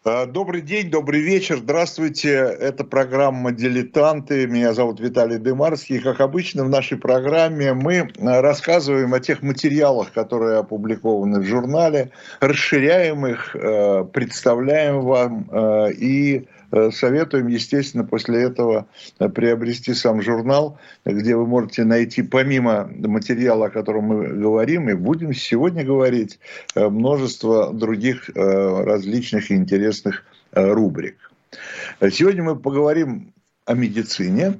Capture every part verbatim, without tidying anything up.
Добрый день, добрый вечер, здравствуйте, это программа «Дилетанты», меня зовут Виталий Дымарский, как обычно в нашей программе мы рассказываем о тех материалах, которые опубликованы в журнале, расширяем их, представляем вам и советуем, естественно, после этого приобрести сам журнал, где вы можете найти, помимо материала, о котором мы говорим, и будем сегодня говорить, множество других различных и интересных рубрик. Сегодня мы поговорим о медицине,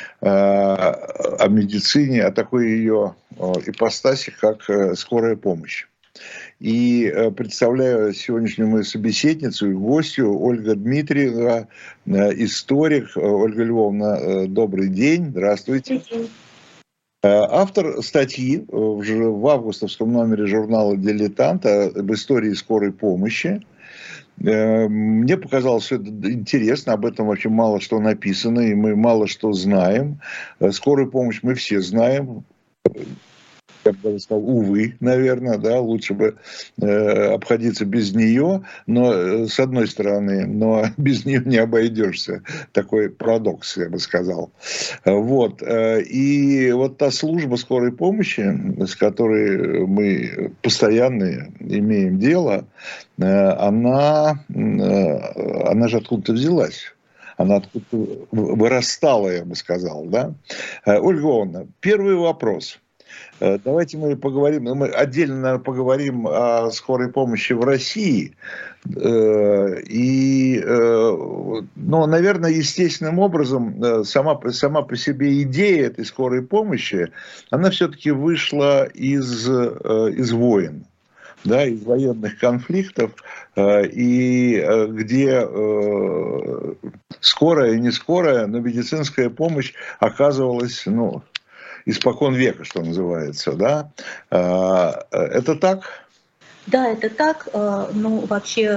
о медицине, о такой ее ипостаси, как скорая помощь. И представляю сегодняшнюю мою собеседницу и гостью Ольга Дмитриева, историк. Ольга Львовна, добрый день, здравствуйте. Добрый день. Автор статьи в августовском номере журнала «Дилетант» об истории скорой помощи. Мне показалось все это интересно, об этом вообще мало что написано, и мы мало что знаем. Скорую помощь мы все знаем. Я бы сказал, увы, наверное, да, лучше бы э, обходиться без нее, но э, с одной стороны, но без нее не обойдешься. Такой парадокс, я бы сказал. Вот. И вот та служба скорой помощи, с которой мы постоянно имеем дело, э, она, э, она же откуда-то взялась. Она откуда-то вырастала, я бы сказал, да. Ольга Ивановна, первый вопрос. Давайте мы поговорим, мы отдельно, наверное, поговорим о скорой помощи в России. И, ну, наверное, естественным образом сама, сама по себе идея этой скорой помощи, она все-таки вышла из, из войн. Да, из военных конфликтов, и где скорая и не скорая, но медицинская помощь оказывалась, ну, испокон века, что называется, да? Это так? Да, это так. Ну, вообще,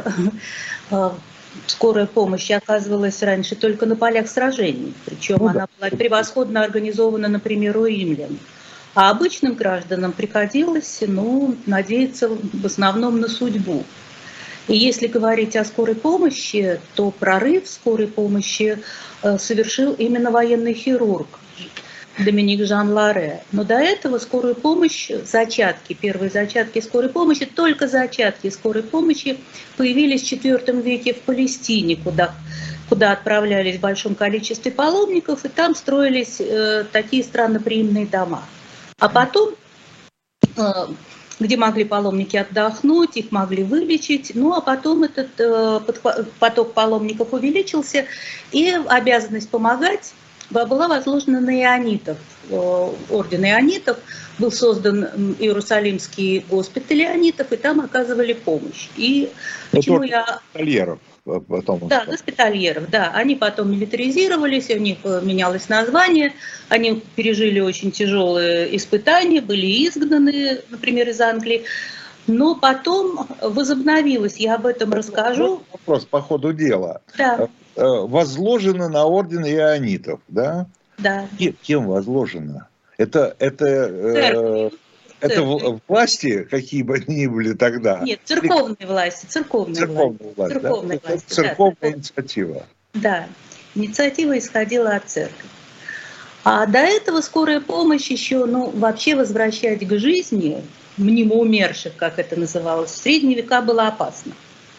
скорая помощь оказывалась раньше только на полях сражений. Причем ну, она да. была превосходно организована, например, у римлян. А обычным гражданам приходилось, ну, надеяться в основном на судьбу. И если говорить о скорой помощи, то прорыв скорой помощи совершил именно военный хирург Доминик Жан Ларе. Но до этого скорую помощь, зачатки, первые зачатки скорой помощи, только зачатки скорой помощи появились в четвёртом веке в Палестине, куда, куда отправлялись в большом количестве паломников, и там строились э, такие странноприимные дома. А потом, э, где могли паломники отдохнуть, их могли вылечить, ну а потом этот э, поток паломников увеличился, и обязанность помогать была возложена на ионитов. Орден ионитов был создан Иерусалимский госпиталь ионитов, и там оказывали помощь. И почему я... Госпитальеров потом. Да, госпитальеров, да. Они потом милитаризировались, у них менялось название, они пережили очень тяжелые испытания, были изгнаны, например, из Англии. Но потом возобновилось, я об этом расскажу. Вопрос по ходу дела. Да. Возложено на орден ионитов, да? Да. И кем возложено? Это, это, э, это власти, какие бы они ни были тогда? Нет, церковные власти, церковные, церковные власти. Церковные да? власти, церковная да, инициатива. Да, инициатива исходила от церкви. А до этого скорая помощь еще, ну, вообще возвращать к жизни мнимо умерших, как это называлось, в средние века было опасно.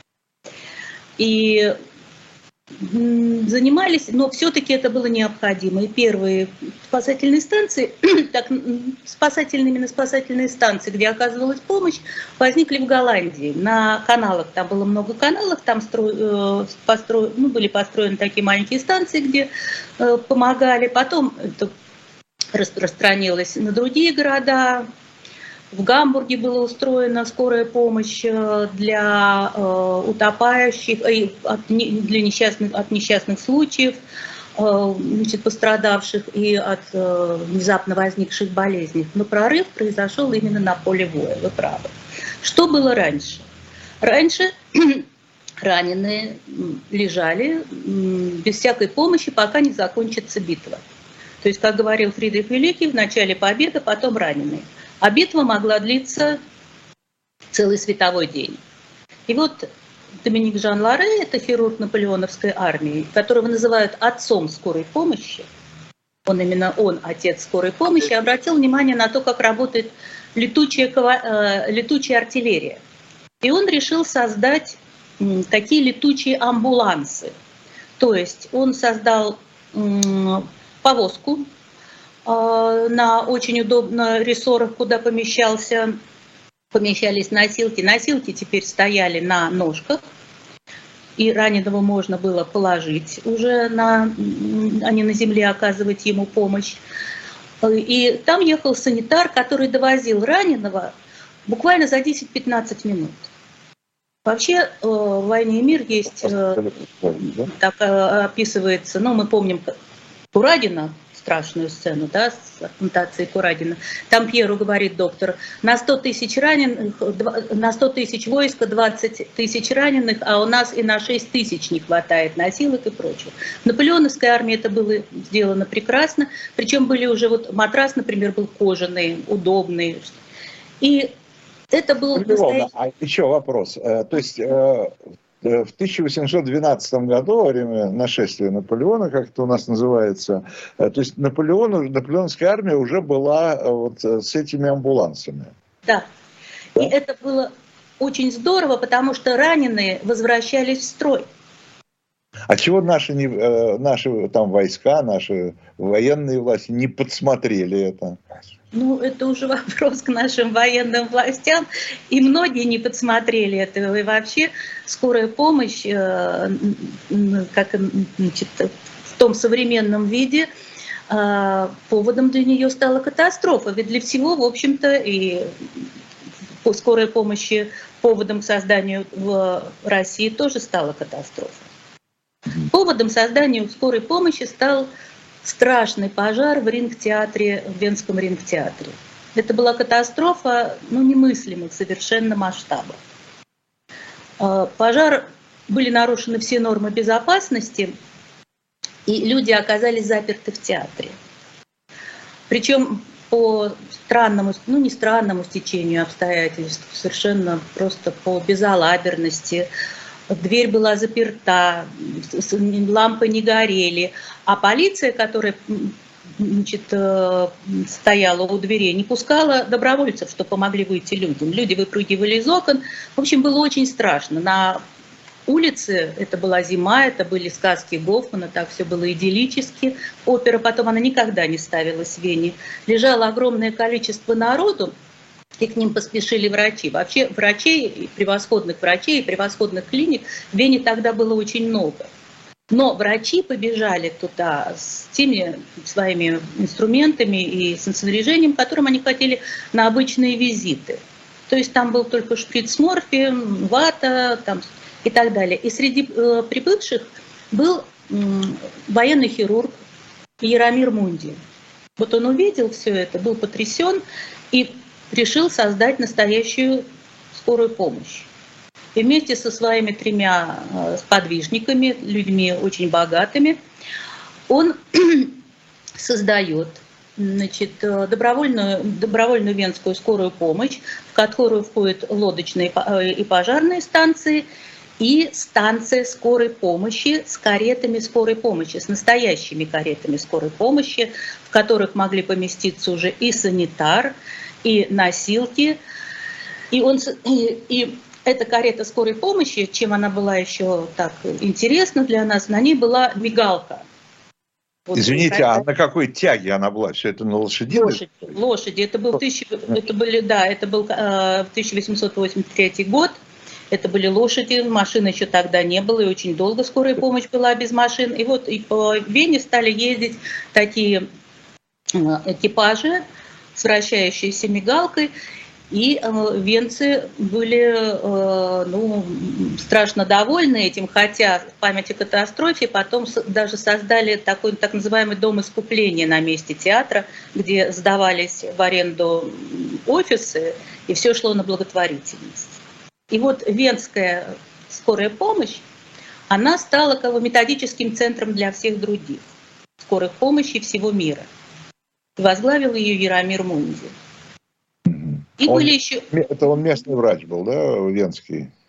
И занимались, но все-таки это было необходимо. И первые спасательные станции, так, спасательные, именно спасательные станции, где оказывалась помощь, возникли в Голландии. На каналах, там было много каналов, там стро, постро, ну, были построены такие маленькие станции, где э, помогали. Потом это распространилось на другие города. В Гамбурге была устроена скорая помощь для э, утопающих, э, от, для несчастных, от несчастных случаев, э, значит, пострадавших и от э, внезапно возникших болезней. Но прорыв произошел именно на поле боя, вы правы. Что было раньше? Раньше раненые лежали без всякой помощи, пока не закончится битва. То есть, как говорил Фридрих Великий, в начале победа, потом раненые. А битва могла длиться целый световой день. И вот Доминик Жан Ларе, это хирург наполеоновской армии, которого называют отцом скорой помощи, он именно он, отец скорой помощи, обратил внимание на то, как работает летучая, э, летучая артиллерия. И он решил создать м, такие летучие амбулансы. То есть он создал м, повозку э, на очень удобных рессорах, куда помещался, помещались носилки. Носилки теперь стояли на ножках, и раненого можно было положить уже, на, а не на земле оказывать ему помощь. И там ехал санитар, который довозил раненого буквально за десять-пятнадцать минут. Вообще в «Войне и мир» есть, так описывается, ну мы помним Курадина, страшную сцену, да, с ампутацией Курадина. Там Пьеру говорит доктор: на сто тысяч раненых, на сто тысяч войска двадцать тысяч раненых, а у нас и на шесть тысяч не хватает носилок и прочего. В наполеоновской армии это было сделано прекрасно, причем были уже вот матрас, например, был кожаный, удобный. И это был настоящий... А еще вопрос. То есть в тысяча восемьсот двенадцатом году, во время нашествия Наполеона, как это у нас называется, то есть Наполеон, наполеоновская армия уже была вот с этими амбулансами. Да. да, и это было очень здорово, потому что раненые возвращались в строй. А чего наши, наши там войска, наши военные власти не подсмотрели это? Ну, это уже вопрос к нашим военным властям, и многие не подсмотрели этого. И вообще скорая помощь, как, значит, в том современном виде, поводом для нее стала катастрофа. Ведь для всего, в общем-то, и по скорой помощи поводом к созданию в России тоже стала катастрофа. Поводом к созданию скорой помощи стал страшный пожар в ринг-театре, в Венском ринг-театре. Это была катастрофа, ну, немыслимых совершенно масштабов. Пожар, были нарушены все нормы безопасности, и люди оказались заперты в театре. Причем по странному, ну не странному стечению обстоятельств, совершенно просто по безалаберности. Дверь была заперта, лампы не горели, а полиция, которая, значит, стояла у дверей, не пускала добровольцев, что помогли выйти людям. Люди выпрыгивали из окон. В общем, было очень страшно. На улице, это была зима, это были сказки Гофмана, так все было идиллически. Опера потом, она никогда не ставилась в Вене. Лежало огромное количество народу, и к ним поспешили врачи. Вообще врачей, превосходных врачей, превосходных клиник в Вене тогда было очень много. Но врачи побежали туда с теми своими инструментами и с снаряжением, которым они хотели на обычные визиты. То есть там был только шприц с морфием, вата там, и так далее. И среди э, прибывших был э, военный хирург Яромир Мунди. Вот он увидел все это, был потрясен и решил создать настоящую скорую помощь. И вместе со своими тремя сподвижниками, людьми очень богатыми, он создает, значит, добровольную, добровольную венскую скорую помощь, в которую входят лодочные и пожарные станции, и станция скорой помощи с каретами скорой помощи, с настоящими каретами скорой помощи, в которых могли поместиться уже и санитар, и носилки. И, он, и, и эта карета скорой помощи, чем она была еще так интересна для нас, на ней была мигалка. Вот. Извините, а на какой тяге она была? Все это на лошадиной? Лошади. Лошади. Это был, тысяча, это были, да, это был э, тысяча восемьсот восемьдесят третий год. Это были лошади, машин еще тогда не было, и очень долго скорая помощь была без машин. И вот и по Вене стали ездить такие экипажи с вращающейся мигалкой, и э, венцы были э, ну, страшно довольны этим, хотя в память о катастрофе потом даже создали такой так называемый дом искупления на месте театра, где сдавались в аренду офисы, и все шло на благотворительность. И вот венская скорая помощь, она стала как бы методическим центром для всех других скорых помощи всего мира. Возглавил ее Яромир Мунди. И он, были еще... Это он местный врач был, да, венский?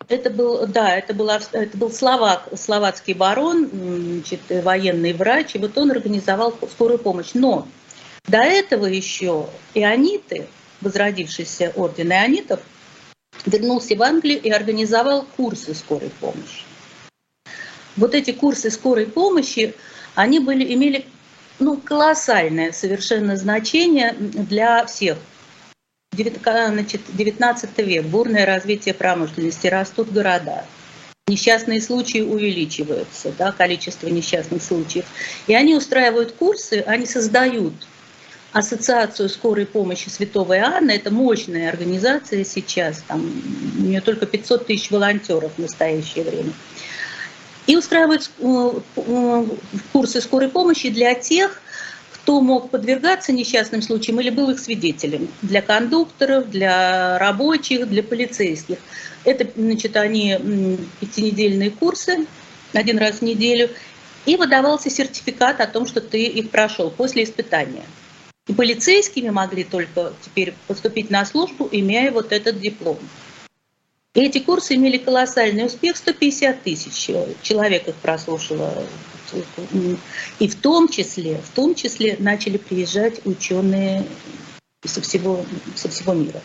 Это был, да, это, была, это был словак, словацкий барон, значит, военный врач, и вот он организовал скорую помощь. Но до этого еще иониты, возродившийся орден ионитов, вернулся в Англию и организовал курсы скорой помощи. Вот эти курсы скорой помощи, они были, имели ну, колоссальное совершенно значение для всех. Значит, девятнадцатый век, бурное развитие промышленности, растут города. Несчастные случаи увеличиваются, да, количество несчастных случаев. И они устраивают курсы, они создают ассоциацию скорой помощи Святого Иоанна. Это мощная организация сейчас, там, у нее только пятьсот тысяч волонтеров в настоящее время. И устраивают курсы скорой помощи для тех, кто мог подвергаться несчастным случаям или был их свидетелем. Для кондукторов, для рабочих, для полицейских. Это, значит, они пятинедельные курсы, один раз в неделю. И выдавался сертификат о том, что ты их прошел после испытания. И полицейскими могли только теперь поступить на службу, имея вот этот диплом. И эти курсы имели колоссальный успех, сто пятьдесят тысяч человек их прослушало. И в том числе, в том числе начали приезжать ученые со всего, со всего мира.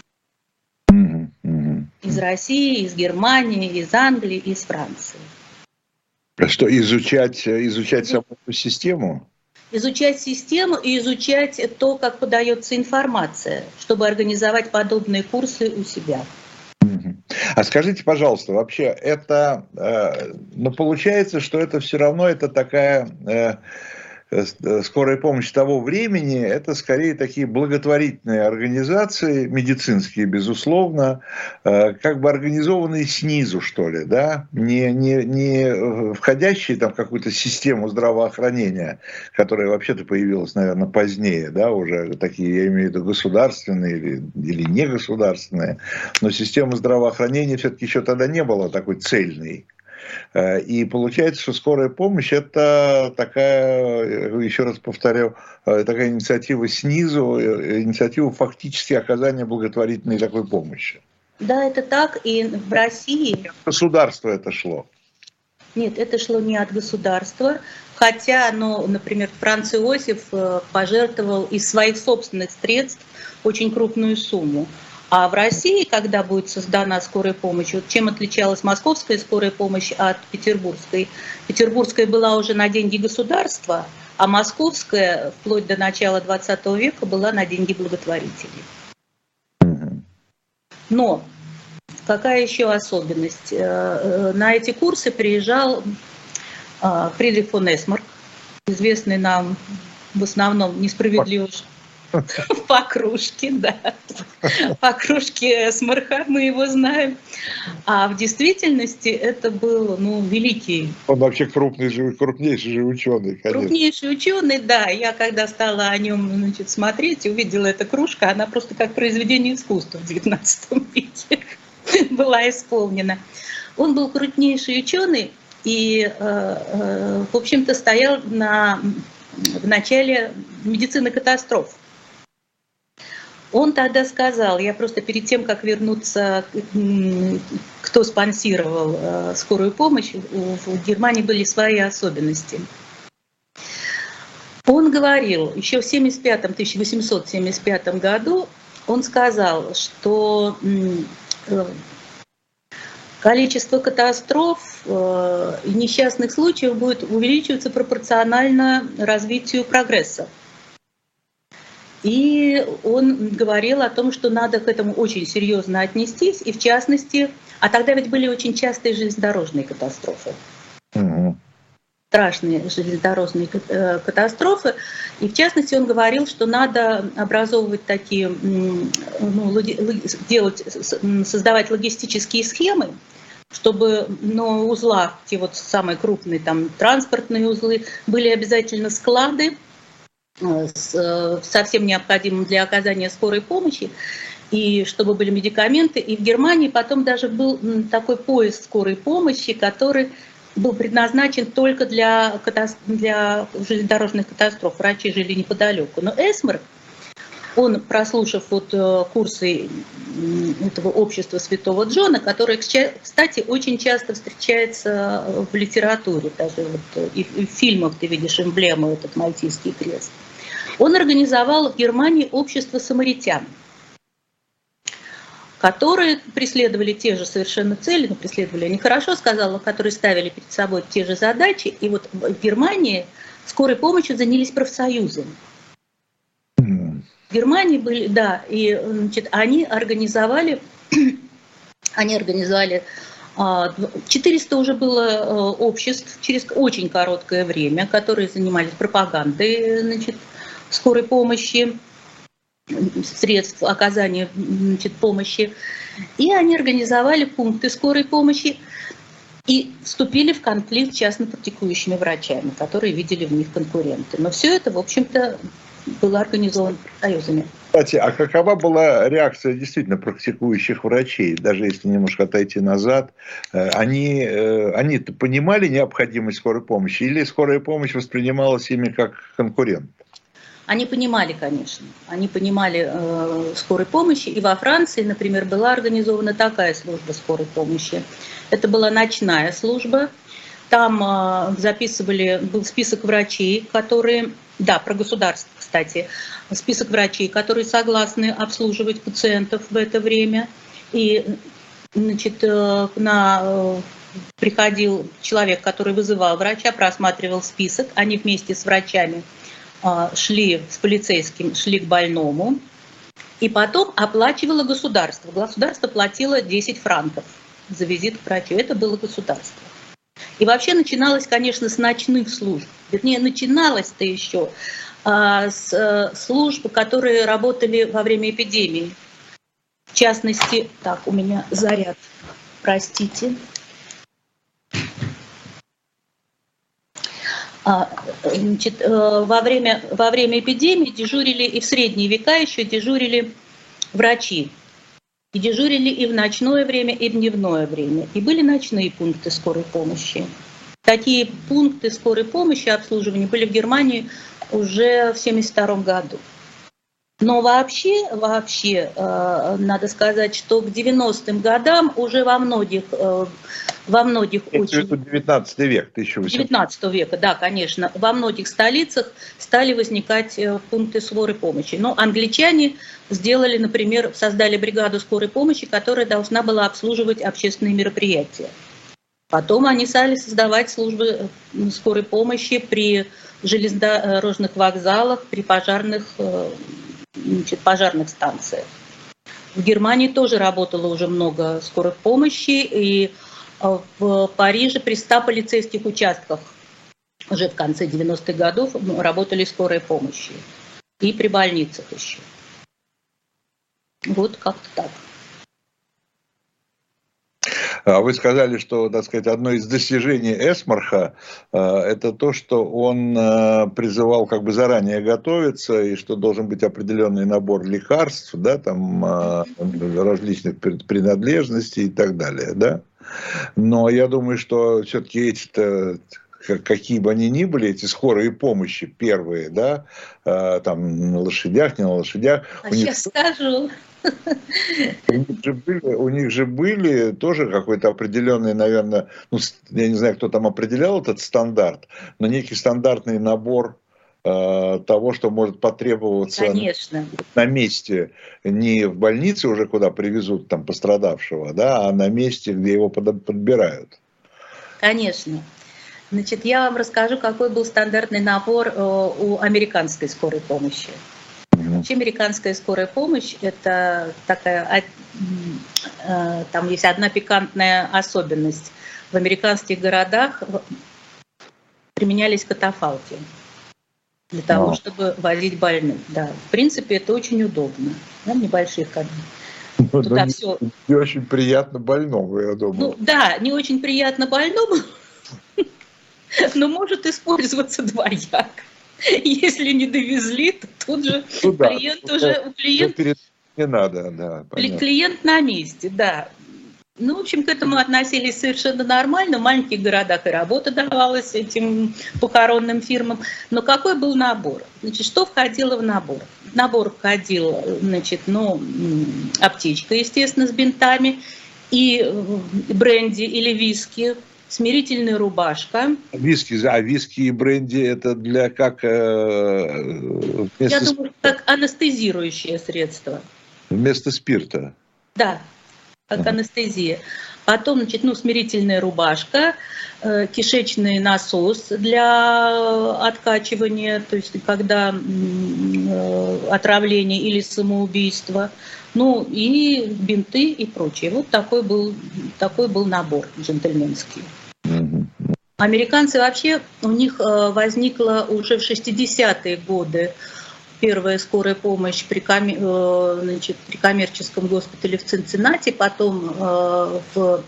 Из России, из Германии, из Англии, из Франции. Что, изучать, изучать саму эту систему? Изучать систему и изучать то, как подается информация, чтобы организовать подобные курсы у себя. А скажите, пожалуйста, вообще это, э, ну, получается, что это все равно это такая э, э, скорая помощь того времени, это скорее такие благотворительные организации, медицинские, безусловно, э, как бы организованные снизу, что ли, да, не, не, не входящие там в какую-то систему здравоохранения, которая вообще-то появилась, наверное, позднее, да, уже такие, я имею в виду, государственные или, или негосударственные, но система здравоохранения все-таки еще тогда не была такой цельной. И получается, что скорая помощь – это такая, еще раз повторю, такая инициатива снизу, инициатива фактически оказания благотворительной такой помощи. Да, это так, и в России… Государство это шло. Нет, это шло не от государства, хотя, ну, например, Франц Иосиф пожертвовал из своих собственных средств очень крупную сумму. А в России, когда будет создана скорая помощь, вот чем отличалась московская скорая помощь от петербургской? Петербургская была уже на деньги государства, а московская вплоть до начала двадцатого века была на деньги благотворителей. Но какая еще особенность? На эти курсы приезжал Фридрих фон Эсмарк, известный нам в основном несправедливо по кружке, да, по кружке Эсмарха, мы его знаем. А в действительности это был, ну, великий. Он вообще крупный, крупнейший же ученый, конечно. Крупнейший ученый, да. Я когда стала о нем, значит, смотреть, увидела эта кружка, она просто как произведение искусства в девятнадцатом веке была исполнена. Он был крупнейший ученый и, в общем-то, стоял на, в начале медицины катастроф. Он тогда сказал, я просто перед тем, как вернуться, кто спонсировал э, скорую помощь, в Германии были свои особенности. Он говорил, еще в тысяча восемьсот семьдесят пятом году, он сказал, что э, количество катастроф э, и несчастных случаев будет увеличиваться пропорционально развитию прогресса. И он говорил о том, что надо к этому очень серьезно отнестись, и в частности, а тогда ведь были очень частые железнодорожные катастрофы. Mm-hmm. Страшные железнодорожные катастрофы. И в частности, он говорил, что надо образовывать такие, ну, делать, создавать логистические схемы, чтобы на узлах, те вот самые крупные там транспортные узлы, были обязательно склады со всем необходимым для оказания скорой помощи, и чтобы были медикаменты. И в Германии потом даже был такой поезд скорой помощи, который был предназначен только для, для железнодорожных катастроф. Врачи жили неподалеку. Но Эсмарк, Он, прослушав вот курсы этого общества Святого Джона, которое, кстати, очень часто встречается в литературе, даже вот и в фильмах ты видишь эмблему, этот Мальтийский крест, он организовал в Германии общество самаритян, которые преследовали те же совершенно цели, но преследовали они хорошо, сказала, которые ставили перед собой те же задачи. И вот в Германии скорой помощью занялись профсоюзы. В Германии были, да, и значит, они организовали, они организовали, четыреста уже было обществ через очень короткое время, которые занимались пропагандой, значит, скорой помощи, средств оказания, значит, помощи. И они организовали пункты скорой помощи и вступили в конфликт с частно практикующими врачами, которые видели в них конкуренты. Но все это, в общем-то, было организовано профсоюзами. Кстати, а какова была реакция действительно практикующих врачей, даже если немножко отойти назад? Они, они-то понимали необходимость скорой помощи или скорая помощь воспринималась ими как конкурент? Они понимали, конечно, они понимали э, скорой помощи. И во Франции, например, была организована такая служба скорой помощи. Это была ночная служба. Там э, записывали, был список врачей, которые, да, про государство, кстати, список врачей, которые согласны обслуживать пациентов в это время. И, значит, э, на, э, приходил человек, который вызывал врача, просматривал список, они вместе с врачами шли с полицейским, шли к больному, и потом оплачивало государство. Государство платило десять франков за визит к врачу. Это было государство. И вообще начиналось, конечно, с ночных служб. Вернее, начиналось-то еще а, с а, служб, которые работали во время эпидемии. В частности, так, у меня заряд, простите. Значит, во время, во время эпидемии дежурили и в средние века еще дежурили врачи. И дежурили и в ночное время, и в дневное время. И были ночные пункты скорой помощи. Такие пункты скорой помощи, обслуживания были в Германии уже в семьдесят втором году. Но вообще, вообще, надо сказать, что к девяностым годам уже во многих, во многих очень... девятнадцатый век, тысяча восемьсот. девятнадцатого века, да, конечно. Во многих столицах стали возникать пункты скорой помощи. Но англичане сделали, например, создали бригаду скорой помощи, которая должна была обслуживать общественные мероприятия. Потом они стали создавать службы скорой помощи при железнодорожных вокзалах, при пожарных... Значит, пожарных станциях. В Германии тоже работало уже много скорой помощи, и в Париже при ста полицейских участках уже в конце девяностых годов работали скорые помощи. И при больницах еще. Вот как-то так. Вы сказали, что, так сказать, одно из достижений Эсмарха э, это то, что он э, призывал как бы заранее готовиться, и что должен быть определенный набор лекарств, да, там э, различных принадлежностей и так далее, да. Но я думаю, что все-таки эти-то, какие бы они ни были, эти скорые помощи первые, да, э, там на лошадях, не на лошадях. А сейчас них... скажу. У них же были, у них же были тоже какой-то определенный, наверное, ну, я не знаю, кто там определял этот стандарт, но некий стандартный набор э, того, что может потребоваться Конечно. на месте, не в больнице уже, куда привезут там пострадавшего, да, а на месте, где его под, подбирают. Конечно. Значит, я вам расскажу, какой был стандартный набор э, у американской скорой помощи. Вообще американская скорая помощь – это такая, там есть одна пикантная особенность. В американских городах применялись катафалки для того, чтобы возить больных. Да. В принципе, это очень удобно. Да, в небольших кабинах. Туда не, все... не очень приятно больному, я думаю. Ну да, не очень приятно больному, но может использоваться двояко. Если не довезли, то тут же ну, да, клиент ну, уже... Ну, клиент, не надо, да. Понятно. Клиент на месте, да. Ну, в общем, к этому относились совершенно нормально. В маленьких городах и работа давалась этим похоронным фирмам. Но какой был набор? Значит, что входило в набор? набор входил, значит, ну, аптечка, естественно, с бинтами, и бренди или виски, смирительная рубашка. Виски, а виски и бренди это для как... Э, Я думаю, как анестезирующее средство. Вместо спирта. Да, как ага. анестезия. Потом, значит, ну, смирительная рубашка, э, кишечный насос для откачивания, то есть когда э, отравление или самоубийство, ну и бинты и прочее. Вот такой был, такой был набор джентльменский. Американцы вообще, у них возникла уже в шестидесятые годы первая скорая помощь при, коммер... значит, при коммерческом госпитале в Цинциннати, потом, в...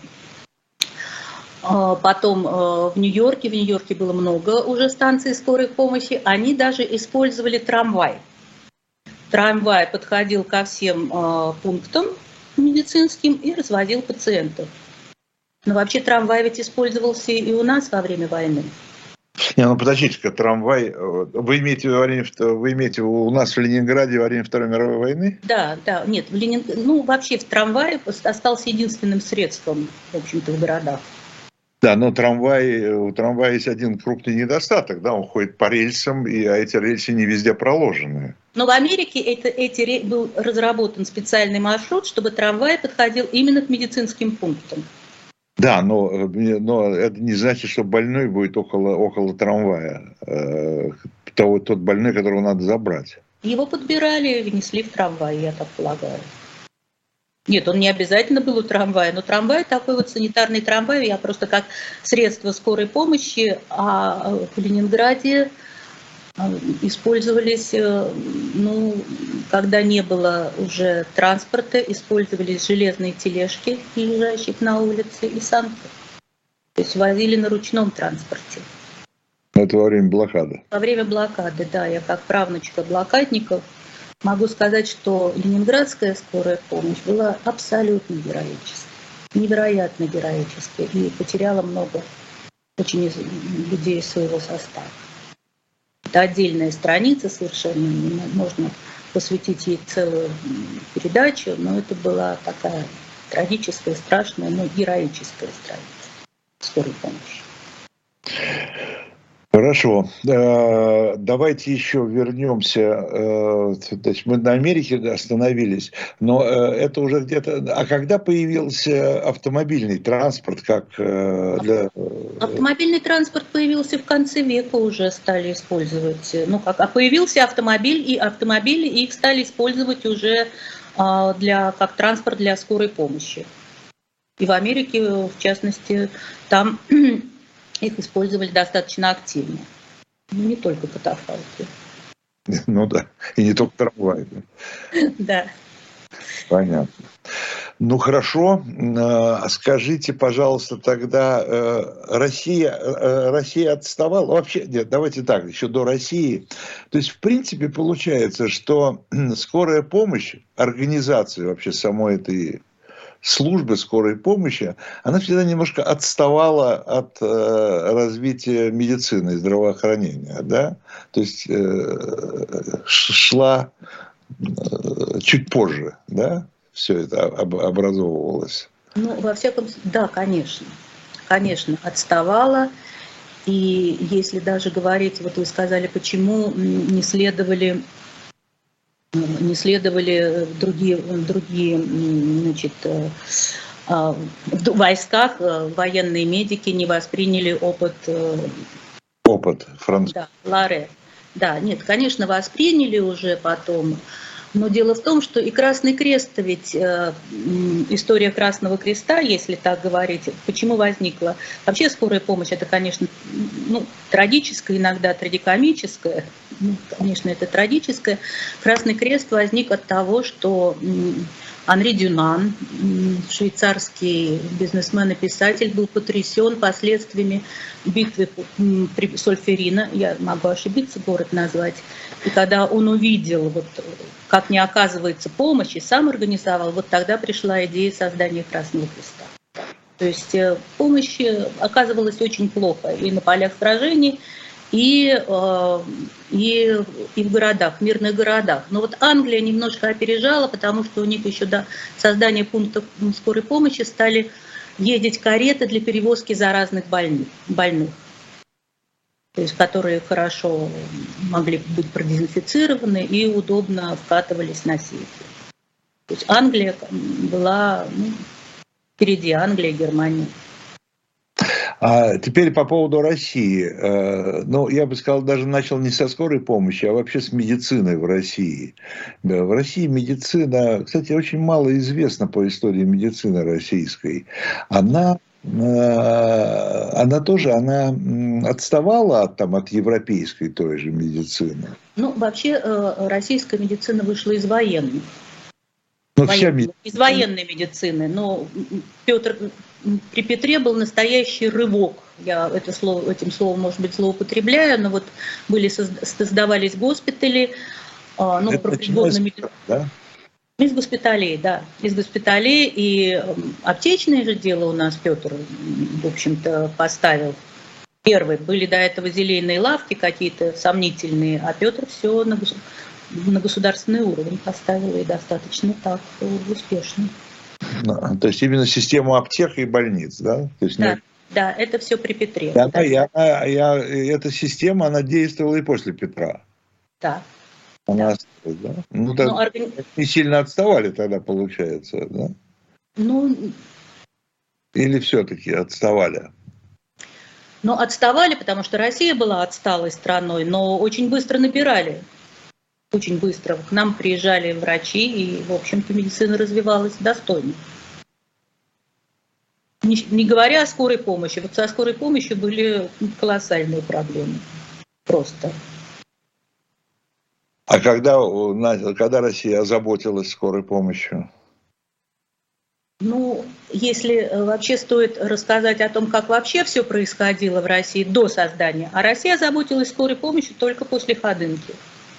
потом в Нью-Йорке. В Нью-Йорке было много уже станций скорой помощи. Они даже использовали трамвай. Трамвай подходил ко всем пунктам медицинским и развозил пациентов. Но вообще трамвай ведь использовался и у нас во время войны. Не, ну подождите-ка, трамвай, вы имеете во время, вы имеете у нас в Ленинграде во время Второй мировой войны? Да, да, нет, в Ленин... ну вообще в трамвае остался единственным средством, в общем-то, в городах. Да, но трамвай, у трамвая есть один крупный недостаток, да, он ходит по рельсам, и, а эти рельсы не везде проложены. Но в Америке это, эти, был разработан специальный маршрут, чтобы трамвай подходил именно к медицинским пунктам. Да, но, но это не значит, что больной будет около, около трамвая, э, того, тот больной, которого надо забрать. Его подбирали, внесли в трамвай, я так полагаю. Нет, он не обязательно был у трамвая, но трамвай, такой вот санитарный трамвай, я просто как средство скорой помощи, а в Ленинграде использовались, ну, когда не было уже транспорта, использовались железные тележки, лежащие на улице, и санки. То есть возили на ручном транспорте. Это во время блокады? Во время блокады, да. Я как правнучка блокадников могу сказать, что ленинградская скорая помощь была абсолютно героической. Невероятно героической. И потеряла много очень людей из своего состава. Это отдельная страница совершенно, можно посвятить ей целую передачу, но это была такая трагическая, страшная, но героическая страница скорой помощи. Хорошо. Давайте еще вернемся. Значит, мы на Америке остановились, но это уже где-то... А когда появился автомобильный транспорт? Как для... Автомобильный транспорт появился в конце века, уже стали использовать. Ну как, а появился автомобиль, и автомобили их стали использовать уже для, как транспорт для скорой помощи. И в Америке, в частности, там... их использовали достаточно активно. Ну, не только катафалки. Ну да, и не только трамвай. Да. Понятно. Ну хорошо, скажите, пожалуйста, тогда Россия, Россия отставала? Вообще, нет, давайте так, еще до России. То есть, в принципе, получается, что скорая помощь, организация вообще самой этой службы скорой помощи, она всегда немножко отставала от э, развития медицины и здравоохранения, да? То есть э, шла э, чуть позже, да? Все это об, образовывалось. Ну, во всяком случае, да, конечно, конечно, отставала. И если даже говорить, вот вы сказали, почему не следовали не следовали другие, другие значит, в войсках, военные медики не восприняли опыт... Опыт французский. Да, Ларе. Да, нет, конечно, восприняли уже потом. Но дело в том, что и Красный Крест, ведь э, история Красного Креста, если так говорить, почему возникла? Вообще скорая помощь, это, конечно, ну, трагическая, иногда трагикомическая, ну, конечно, это трагическое. Красный Крест возник от того, что Анри Дюнан, швейцарский бизнесмен и писатель, был потрясен последствиями битвы при Сольферино, я могу ошибиться, город назвать, и когда он увидел, вот, как не оказывается помощь, и сам организовал, вот тогда пришла идея создания Красного Креста. То есть помощь оказывалась очень плохо и на полях сражений, и, и, и в городах, в мирных городах. Но вот Англия немножко опережала, потому что у них еще до создания пунктов скорой помощи стали ездить кареты для перевозки заразных больных, больных, то есть которые хорошо могли быть продезинфицированы и удобно вкатывались на сейфы. То есть Англия была, ну, впереди, Англия, Германия. А теперь по поводу России. Ну, я бы сказал, даже начал не со скорой помощи, а вообще с медициной в России. В России медицина, кстати, очень мало известно по истории медицины российской. Она, она тоже, она отставала от, там, от европейской той же медицины. Ну, вообще, российская медицина вышла из военной. Ну, Военной, из военной медицины. Но Петр, при Петре был настоящий рывок. Я это слово, этим словом, может быть, злоупотребляю, но вот были, создавались госпитали. Ну, это началось, да? Из госпиталей, да. Из госпиталей. И аптечное же дело у нас Петр, в общем-то, поставил. Первые были до этого зелейные лавки какие-то сомнительные, а Петр все на государственном на государственный уровень поставила и достаточно так успешно. То есть именно систему аптек и больниц, да? То есть да, нет... да, это все при Петре. Да, да. Я, я, эта система, она действовала и после Петра. Да. Она, да. да? Ну, так, органи... не сильно отставали тогда, получается, да? Ну... Или все-таки отставали? Ну, отставали, потому что Россия была отсталой страной, но очень быстро набирали. Очень быстро. К нам приезжали врачи, и, в общем-то, медицина развивалась достойно. Не, не говоря о скорой помощи. Вот со скорой помощью были колоссальные проблемы. Просто. А когда, когда Россия озаботилась скорой помощью? Ну, если вообще стоит рассказать о том, как вообще все происходило в России до создания, а Россия озаботилась скорой помощью только после Ходынки.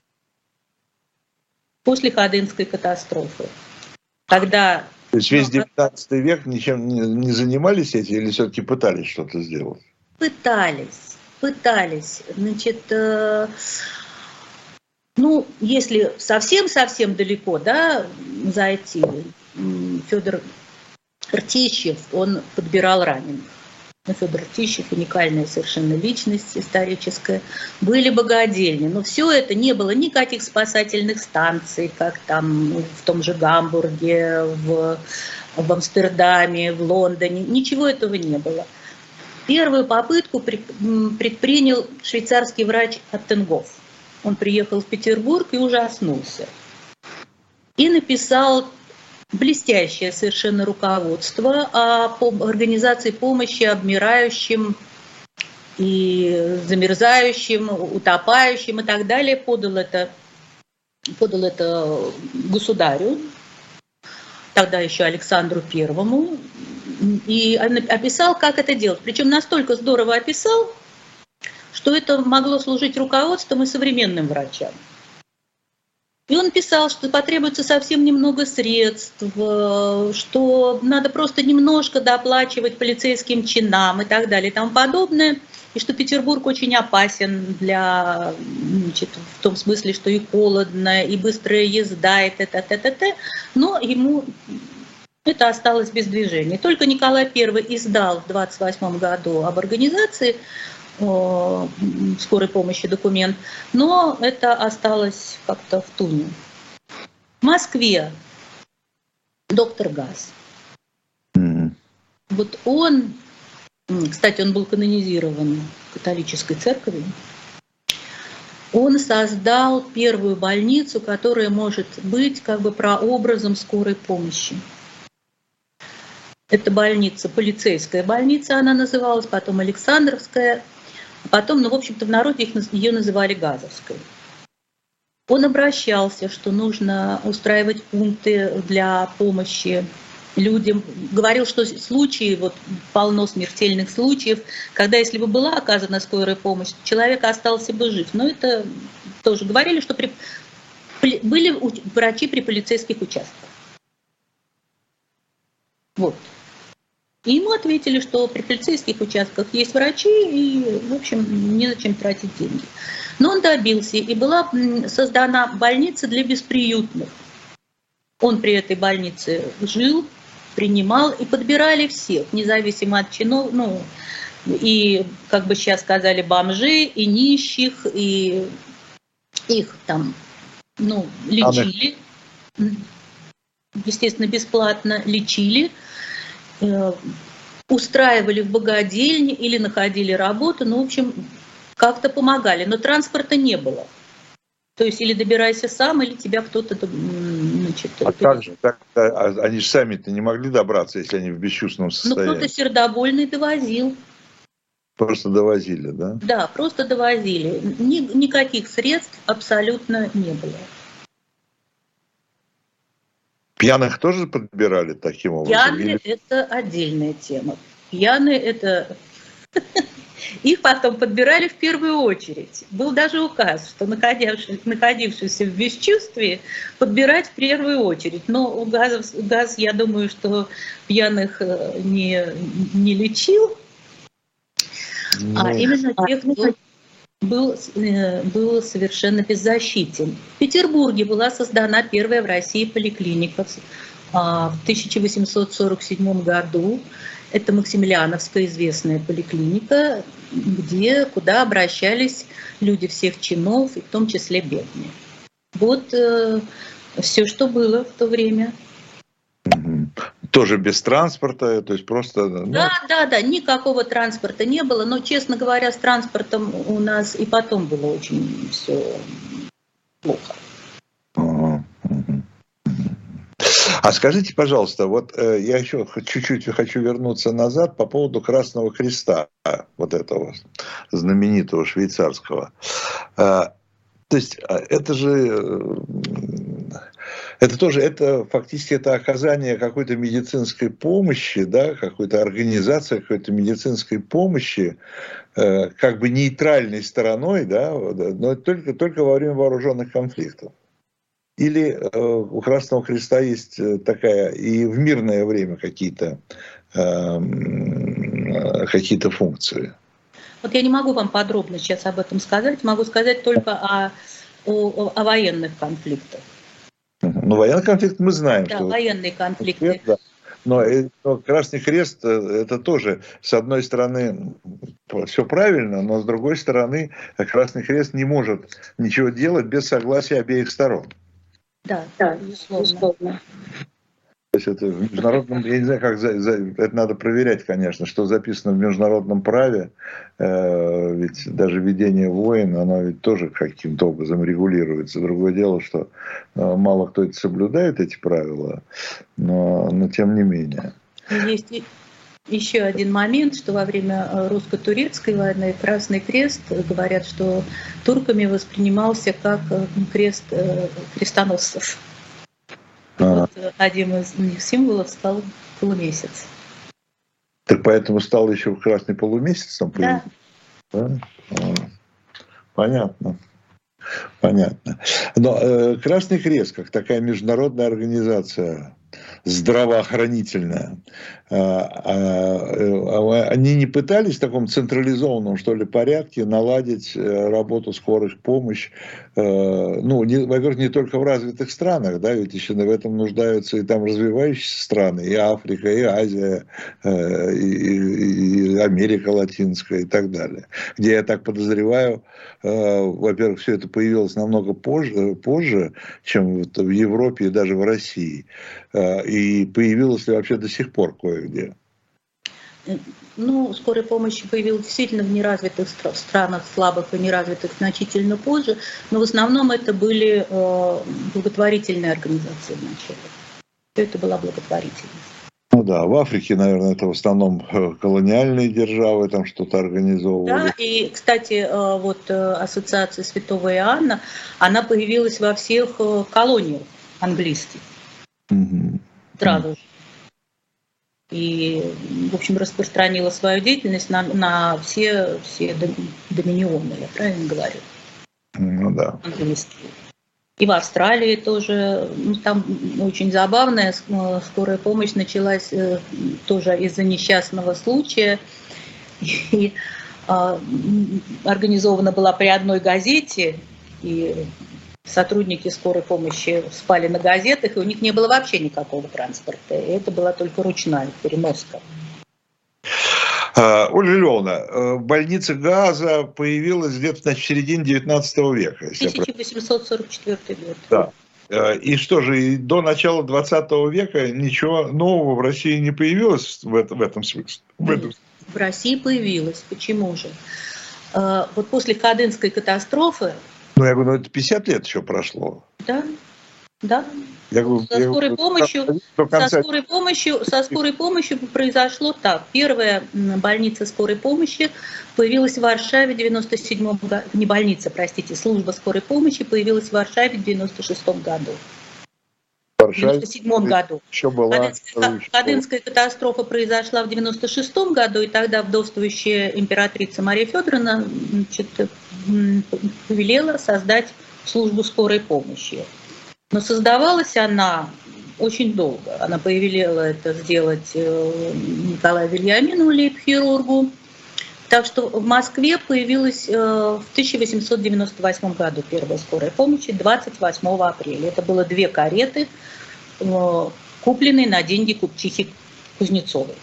После Ходынской катастрофы. Когда... То есть весь девятнадцатый век ничем не, не занимались этим или все-таки пытались что-то сделать? Пытались, пытались. Значит, э, ну, если совсем-совсем далеко, да, зайти, Федор Ртищев, он подбирал раненых. Федор Ртищев, уникальная совершенно личность историческая, были богадельни. Но все это не было никаких спасательных станций, как там в том же Гамбурге, в, в Амстердаме, в Лондоне. Ничего этого не было. Первую попытку предпринял швейцарский врач Оттенгоф. Он приехал в Петербург и ужаснулся. И написал блестящее совершенно руководство о организации помощи обмирающим и замерзающим, утопающим и так далее. Подал это, подал это государю, тогда еще Александру Первому, и описал, как это делать. Причем настолько здорово описал, что это могло служить руководством и современным врачам. И он писал, что потребуется совсем немного средств, что надо просто немножко доплачивать полицейским чинам и так далее и тому подобное, и что Петербург очень опасен для, значит, в том смысле, что и холодно, и быстрая езда, и т.т.т.т. Но ему это осталось без движения. Только Николай Первый издал в двадцать восьмом году об организации скорой помощи документ, но это осталось как-то в туне. В Москве доктор Газ. Mm-hmm. Вот он, кстати, он был канонизирован католической церковью, он создал первую больницу, которая может быть как бы прообразом скорой помощи. Это больница, полицейская больница она называлась, потом Александровская, а потом, ну, в общем-то, в народе их, ее называли Газовской. Он обращался, что нужно устраивать пункты для помощи людям. Говорил, что случаи, вот полно смертельных случаев, когда если бы была оказана скорая помощь, человек остался бы жив. Но это тоже говорили, что при, были врачи при полицейских участках. Вот. И ему ответили, что при полицейских участках есть врачи, и, в общем, незачем тратить деньги. Но он добился, и была создана больница для бесприютных. Он при этой больнице жил, принимал, и подбирали всех, независимо от чинов, ну, и, как бы сейчас сказали, бомжей, и нищих, и их там, ну, лечили, естественно, бесплатно лечили, устраивали в богадельне или находили работу, ну, в общем, как-то помогали, но транспорта не было. То есть или добирайся сам, или тебя кто-то... Значит, а как же, так, они же сами-то не могли добраться, если они в бесчувственном состоянии? Ну, кто-то сердобольный довозил. Просто довозили, да? Да, просто довозили. Ни, никаких средств абсолютно не было. Пьяных тоже подбирали таким образом? Пьяные Или... – это отдельная тема. Пьяные – это... Их потом подбирали в первую очередь. Был даже указ, что находившихся в бесчувствии подбирать в первую очередь. Но газ, газ я думаю, что пьяных не, не лечил, ну, а именно тех, кто был, был совершенно беззащитен. В Петербурге была создана первая в России поликлиника в тысяча восемьсот сорок седьмом году. Это Максимилиановская известная поликлиника, где, куда обращались люди всех чинов, и в том числе бедные. Вот э, все, что было в то время. Тоже без транспорта, то есть просто... Ну... Да, да, да, никакого транспорта не было, но, честно говоря, с транспортом у нас и потом было очень все плохо. А скажите, пожалуйста, вот э, я еще чуть-чуть хочу вернуться назад по поводу Красного Креста, вот этого знаменитого швейцарского. Э, то есть это же, э, это тоже, это фактически это оказание какой-то медицинской помощи, да, какой-то организация какой-то медицинской помощи, э, как бы нейтральной стороной, да, но только, только во время вооруженных конфликтов. Или э, у Красного Креста есть такая и в мирное время какие-то э, какие-то функции? Вот я не могу вам подробно сейчас об этом сказать, могу сказать только о, о, о военных конфликтах. Ну, военный конфликт мы знаем. Да, что военные конфликты. Да. Но, но Красный Крест это тоже, с одной стороны, все правильно, но с другой стороны, Красный Крест не может ничего делать без согласия обеих сторон. Да, да, безусловно. То есть это в международном, я не знаю, как за, за, это надо проверять, конечно, что записано в международном праве, э, ведь даже ведение войн, оно ведь тоже каким-то образом регулируется. Другое дело, что э, мало кто это соблюдает, эти правила, но, но тем не менее. Есть еще один момент, что во время русско-турецкой войны Красный Крест, говорят, что турками воспринимался как крест крестоносцев. А. Вот один из них символов стал полумесяц. Так поэтому стал еще красный полумесяц? Там да. Да? Понятно. Понятно. Но э, Красный Крест, как такая международная организация, здравоохранительная, э, э, они не пытались в таком централизованном, что ли, порядке наладить работу скорых помощи, э, ну, не, во-первых, не только в развитых странах, да, ведь еще в этом нуждаются и там развивающиеся страны, и Африка, и Азия, э, и, и Америка Латинская и так далее, где, я так подозреваю, э, во-первых, все это появилось намного позже, позже чем в Европе и даже в России. И появилось ли вообще до сих пор кое-где? Ну, скорая помощь появилась действительно в неразвитых странах, слабых и неразвитых значительно позже, но в основном это были благотворительные организации вначале. Это была благотворительность. Ну да, в Африке, наверное, это в основном колониальные державы там что-то организовывали. Да, и, кстати, вот ассоциация Святого Иоанна, она появилась во всех колониях английских. Угу. Сразу же. И, в общем, распространила свою деятельность на, на все, все доминионы, я правильно говорю? Ну да. Английские. И в Австралии тоже, ну, там очень забавная скорая помощь началась тоже из-за несчастного случая. И а, организована была при одной газете, и сотрудники скорой помощи спали на газетах, и у них не было вообще никакого транспорта. И это была только ручная переноска. Ольга Львовна, больница Гааза появилась где-то в середине девятнадцатого века. тысяча восемьсот сорок четвёртый год. Да. И что же, и до начала двадцатого века ничего нового в России не появилось в этом, в этом смысле? В, этом... в России появилось. Почему же? Вот после Ходынской катастрофы... Ну, я говорю, ну это пятьдесят лет еще прошло. Да, да. Я говорю, со, скорой я помощью, конца... со, скорой помощью, со скорой помощью произошло так. Первая больница скорой помощи появилась в Варшаве в девяносто седьмом году. Не больница, простите, служба скорой помощи появилась в Варшаве в девяносто шестом году. В девяносто седьмом году. Еще была... Ходынская, Ходынская катастрофа произошла в девяносто шестом году, и тогда вдовствующая императрица Мария Федоровна, значит, повелела создать службу скорой помощи. Но создавалась она очень долго. Она повелела это сделать Николаю Вильямину, лейб-хирургу. Так что в Москве появилась в тысяча восемьсот девяносто восьмом году первая скорая помощь, двадцать восьмого апреля. Это было две кареты, купленные на деньги купчихи Кузнецовой.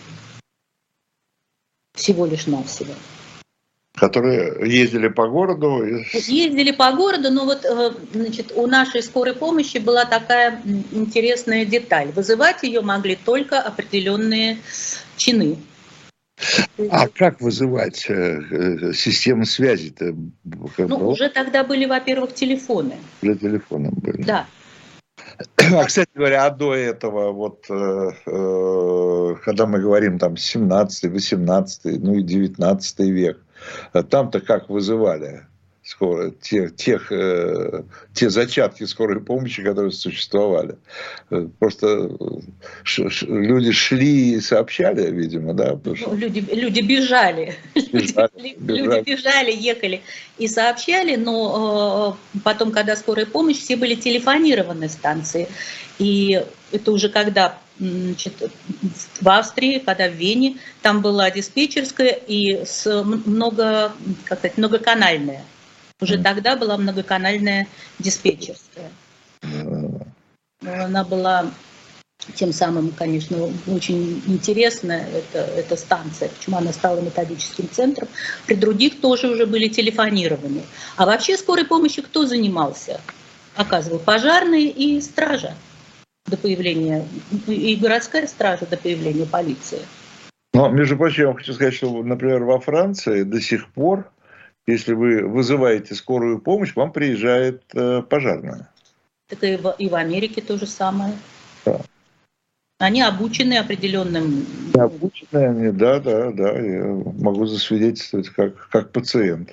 Всего лишь навсего. Которые ездили по городу. Ездили по городу, но вот, значит, у нашей скорой помощи была такая интересная деталь. Вызывать ее могли только определенные чины. А как вызывать? Система связи-то? Ну, уже тогда были, во-первых, телефоны. Уже телефоны были. Да. А, кстати говоря, а до этого, вот, когда мы говорим там семнадцатый, восемнадцатый, ну и девятнадцатый век, там-то как вызывали скоро, тех, тех, э, те зачатки скорой помощи, которые существовали. Просто ш, ш, люди шли и сообщали, видимо, да? Ну, люди, люди бежали. Бежали, люди, бежали. люди бежали, ехали и сообщали, но э, потом, когда скорая помощь, все были телефонированные станции. И это уже когда... Значит, в Австрии, когда в Вене, там была диспетчерская и с много, как сказать, многоканальная. Уже mm. тогда была многоканальная диспетчерская. Mm. Она была тем самым, конечно, очень интересная, эта, эта станция, почему она стала методическим центром. При других тоже уже были телефонированы. А вообще скорой помощью кто занимался? Оказывал пожарные и стража. До появления, и городская стража до появления полиции. Но, между прочим, я хочу сказать, что, например, во Франции до сих пор, если вы вызываете скорую помощь, к вам приезжает э, пожарная. Так и в, и в Америке то же самое. Да. Они обучены определенным... Да, обучены они, да, да, да. Я могу засвидетельствовать как, как пациент.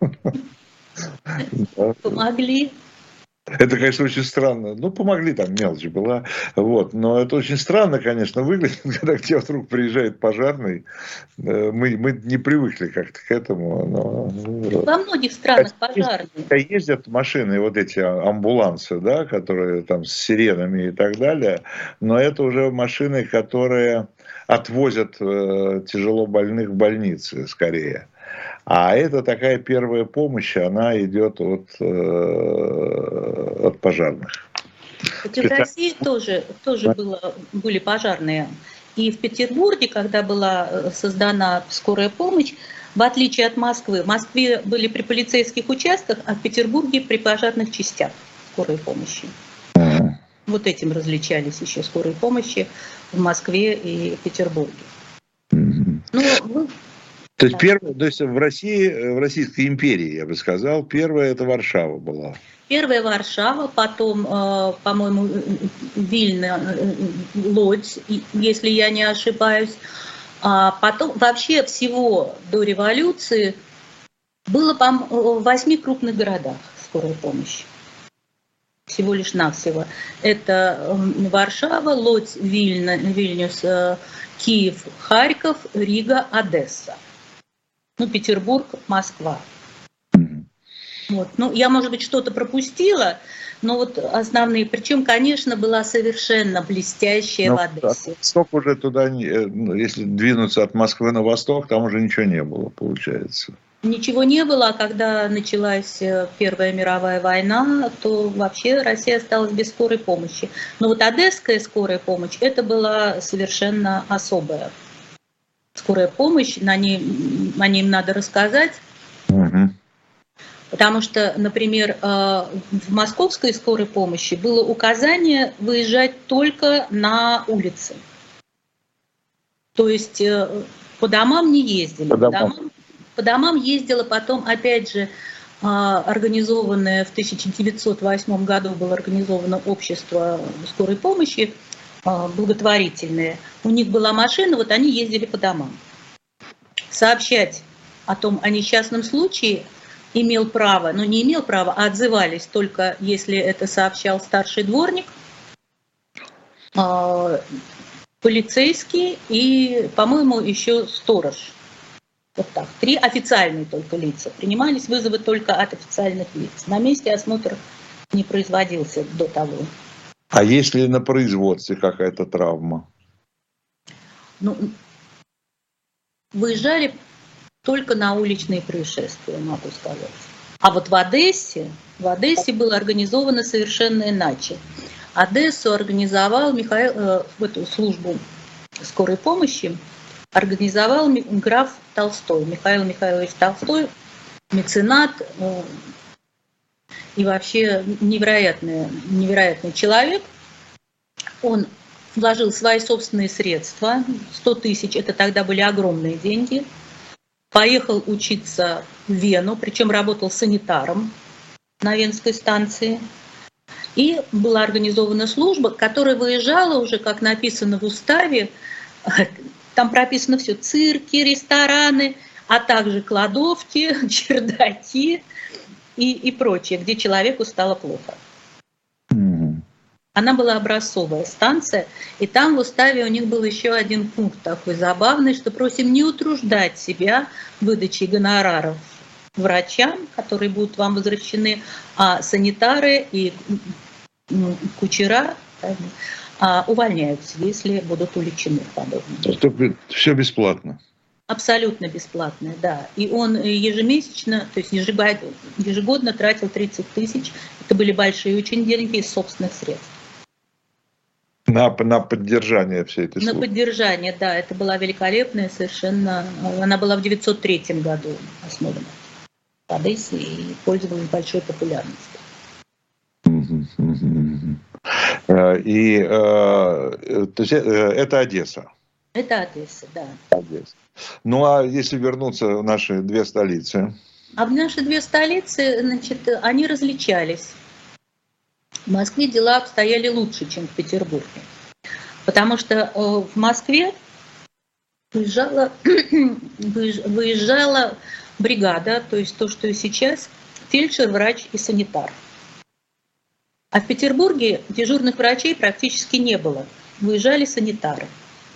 Помогли. Это, конечно, очень странно. Ну, помогли, там мелочь была. Вот. Но это очень странно, конечно, выглядит, когда к тебе вдруг приезжает пожарный. Мы, мы не привыкли как-то к этому. Но... Во многих странах пожарные. Ездят машины, вот эти амбулансы, да, которые там с сиренами и так далее. Но это уже машины, которые отвозят э, тяжело больных в больницы, скорее. А это такая первая помощь, она идет от, э, от пожарных. В России тоже, тоже было, были пожарные. И в Петербурге, когда была создана скорая помощь, в отличие от Москвы, в Москве были при полицейских участках, а в Петербурге при пожарных частях скорой помощи. Mm-hmm. Вот этим различались еще скорые помощи в Москве и Петербурге. Mm-hmm. Ну, вы... То есть, первое, то есть в России, в Российской империи, я бы сказал, первая это Варшава была. Первая Варшава, потом, по-моему, Вильна, Лодзь, если я не ошибаюсь. А потом вообще всего до революции было в восьми крупных городах скорой помощи. Всего лишь навсего. Это Варшава, Лодзь, Вильна, Вильнюс, Киев, Харьков, Рига, Одесса. Ну, Петербург, Москва. Вот. Ну, я, может быть, что-то пропустила, Но вот основные, причем, конечно, была совершенно блестящая Но в Одессе. Восток уже туда, если двинуться от Москвы на восток, там уже ничего не было, получается. Ничего не было, а когда началась Первая мировая война, то вообще Россия осталась без скорой помощи. Но вот одесская скорая помощь, это была совершенно особая скорая помощь, на ней, о ней надо рассказать. Угу. Потому что, например, в московской скорой помощи было указание выезжать только на улицы. То есть по домам не ездили. По домам, по домам, по домам ездила потом, опять же, организованное в тысяча девятьсот восьмом году было организовано общество скорой помощи, благотворительное. У них была машина, вот они ездили по домам. Сообщать о том, о несчастном случае имел право, но не имел права, а отзывались только если это сообщал старший дворник, полицейский и, по-моему, еще сторож. Вот так. Три официальные только лица. Принимались вызовы только от официальных лиц. На месте осмотр не производился до того. А если на производстве какая-то травма? Ну, выезжали только на уличные происшествия, могу сказать. А вот в Одессе, в Одессе было организовано совершенно иначе. Одессу организовал Михаил, э, в эту службу скорой помощи, организовал граф Толстой, Михаил Михайлович Толстой, меценат э, и вообще невероятный, невероятный человек. Он вложил свои собственные средства, сто тысяч, это тогда были огромные деньги. Поехал учиться в Вену, причем работал санитаром на Венской станции. И была организована служба, которая выезжала уже, как написано в уставе, там прописано все, цирки, рестораны, а также кладовки, чердаки и, и прочее, где человеку стало плохо. Она была образцовая станция, и там в уставе у них был еще один пункт такой забавный, что просим не утруждать себя выдачей гонораров врачам, которые будут вам возвращены, а санитары и кучера увольняются, если будут уличены подобно. Это все бесплатно. Абсолютно бесплатное, да. И он ежемесячно, то есть ежегодно, ежегодно тратил тридцать тысяч. Это были большие очень деньги из собственных средств. На, на поддержание всей этой службы. На поддержание, да. Это была великолепная совершенно... Она была в девятьсот третьем году основана в Одессе и пользовалась большой популярностью. И то есть, это Одесса? Это Одесса, да. Одесса. Ну а если вернуться в наши две столицы? А в наши две столицы, значит, они различались. В Москве дела обстояли лучше, чем в Петербурге. Потому что в Москве выезжала, выезжала бригада, то есть то, что и сейчас, фельдшер, врач и санитар. А в Петербурге дежурных врачей практически не было. Выезжали санитары.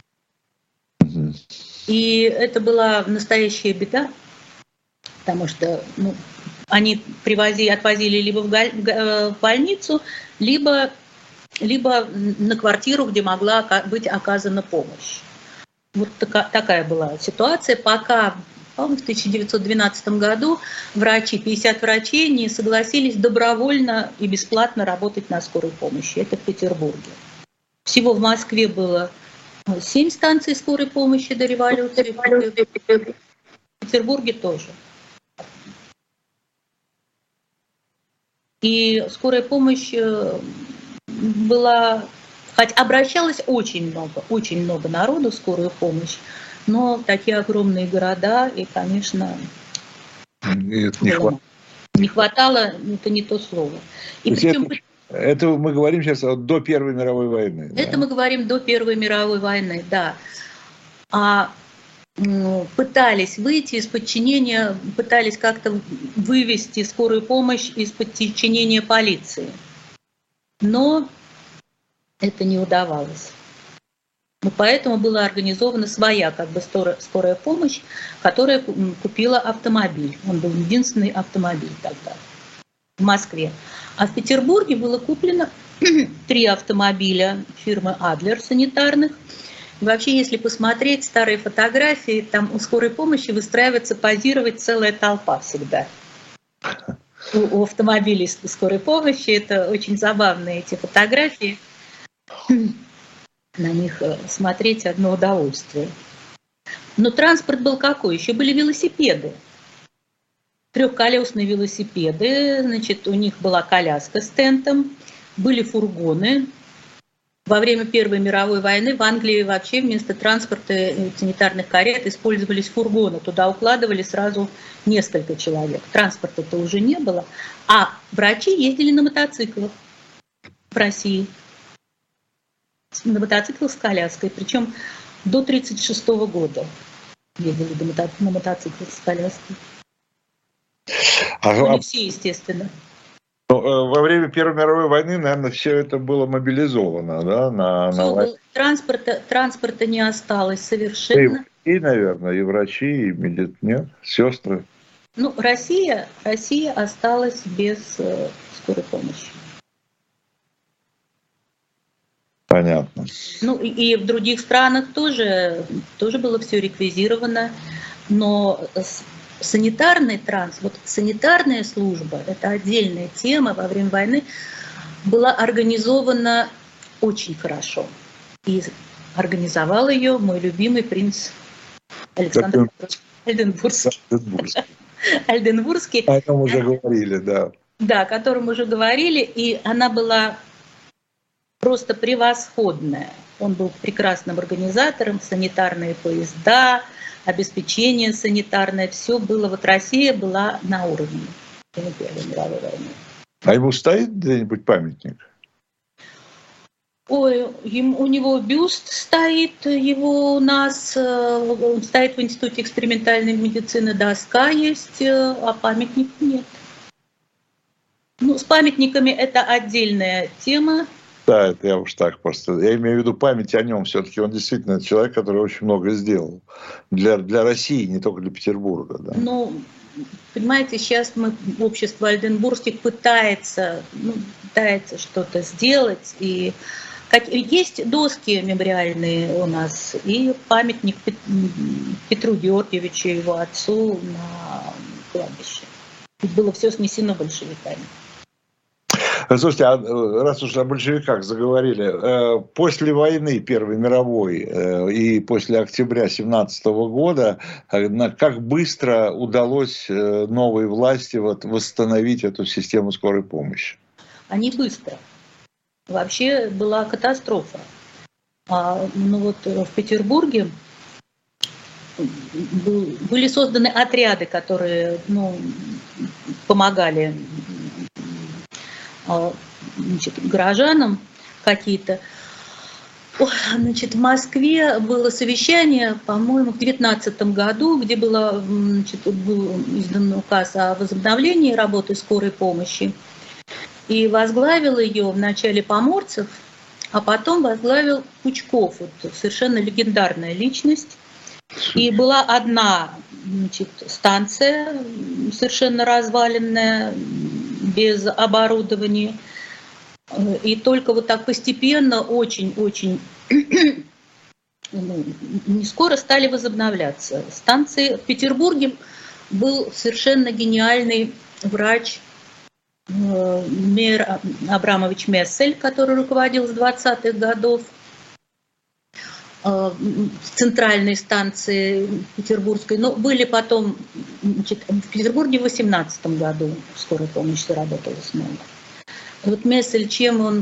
И это была настоящая беда, потому что ну, они привозили, отвозили либо в больницу, либо, либо на квартиру, где могла быть оказана помощь. Вот такая, такая была ситуация, пока в тысяча девятьсот двенадцатом году врачи, пятьдесят врачей не согласились добровольно и бесплатно работать на скорой помощи. Это в Петербурге. Всего в Москве было семь станций скорой помощи до революции, в Петербурге тоже. И скорая помощь была, хоть обращалось очень много, очень много народу в скорую помощь, но такие огромные города, и, конечно, не хватало. не хватало, это не то слово. И причем... это, это мы говорим сейчас до Первой мировой войны. Это да? мы говорим до Первой мировой войны, да. А ну, пытались выйти из подчинения, пытались как-то вывести скорую помощь из подчинения полиции. Но это не удавалось. Ну, поэтому была организована своя как бы скорая помощь, которая купила автомобиль. Он был единственный автомобиль тогда. в Москве. А в Петербурге было куплено три автомобиля фирмы «Адлер» санитарных. И вообще, если посмотреть старые фотографии, там у скорой помощи выстраивается позировать целая толпа всегда. У, у автомобилей скорой помощи это очень забавные эти фотографии. На них смотреть одно удовольствие. Но транспорт был какой? Еще были велосипеды. Трехколесные велосипеды, значит, у них была коляска с тентом, были фургоны. Во время Первой мировой войны в Англии вообще вместо транспорта санитарных карет использовались фургоны. Туда укладывали сразу несколько человек. Транспорта-то уже не было. А врачи ездили на мотоциклах в России. На мотоциклах с коляской. Причем до тридцать шестого года ездили на мотоциклах с коляской. А, ну, не все, естественно. Во время Первой мировой войны, наверное, все это было мобилизовано, да? На, на... Транспорта, транспорта не осталось совершенно. И, и, наверное, и врачи, и медицины, нет, сестры. Ну, Россия, Россия осталась без э, скорой помощи. Понятно. Ну, и, и в других странах тоже, тоже было все реквизировано, но санитарный транспорт, вот санитарная служба, это отдельная тема, во время войны была организована очень хорошо. И организовал ее мой любимый принц Александр Ольденбургский. Ольденбургский. О нем уже говорили, да. Да, о котором уже говорили, и она была просто превосходная. Он был прекрасным организатором, санитарные поезда, обеспечение санитарное, все было. Вот Россия была на уровне Первой мировой войны. А ему стоит где-нибудь памятник? Ой, ему, у него бюст стоит, его у нас, он стоит в Институте экспериментальной медицины, доска есть, а памятника нет. Ну, с памятниками это отдельная тема. Да, это я уж так просто. Я имею в виду память о нем. Все-таки он действительно человек, который очень много сделал. Для, для России, не только для Петербурга. Да. Ну, понимаете, сейчас мы, общество Ольденбургских пытается, ну, пытается что-то сделать. И как, есть доски мемориальные у нас, и памятник Петру Георгиевичу, его отцу, на кладбище. Ведь было все снесено большевиками. Слушайте, а раз уж о большевиках заговорили, после войны Первой мировой и после октября семнадцатого года, как быстро удалось новой власти вот восстановить эту систему скорой помощи? Они быстро. Вообще была катастрофа. А, ну вот в Петербурге были созданы отряды, которые, ну, помогали, значит, горожанам какие-то. Значит, в Москве было совещание, по-моему, в девятнадцатом году, где было, значит, был издан указ о возобновлении работы скорой помощи. И возглавил ее вначале Поморцев, а потом возглавил Пучков, вот, совершенно легендарная личность. И была одна, значит, станция, совершенно разваленная, без оборудования. И только вот так постепенно, очень-очень, ну, не скоро стали возобновляться станции. В Петербурге был совершенно гениальный врач Мейер Абрамович Мессель, который руководил с двадцатых годов центральной станции петербургской. Но были потом, значит, в Петербурге в восемнадцатом году скорая помощь заработала снова. Вот Мессель, чем он,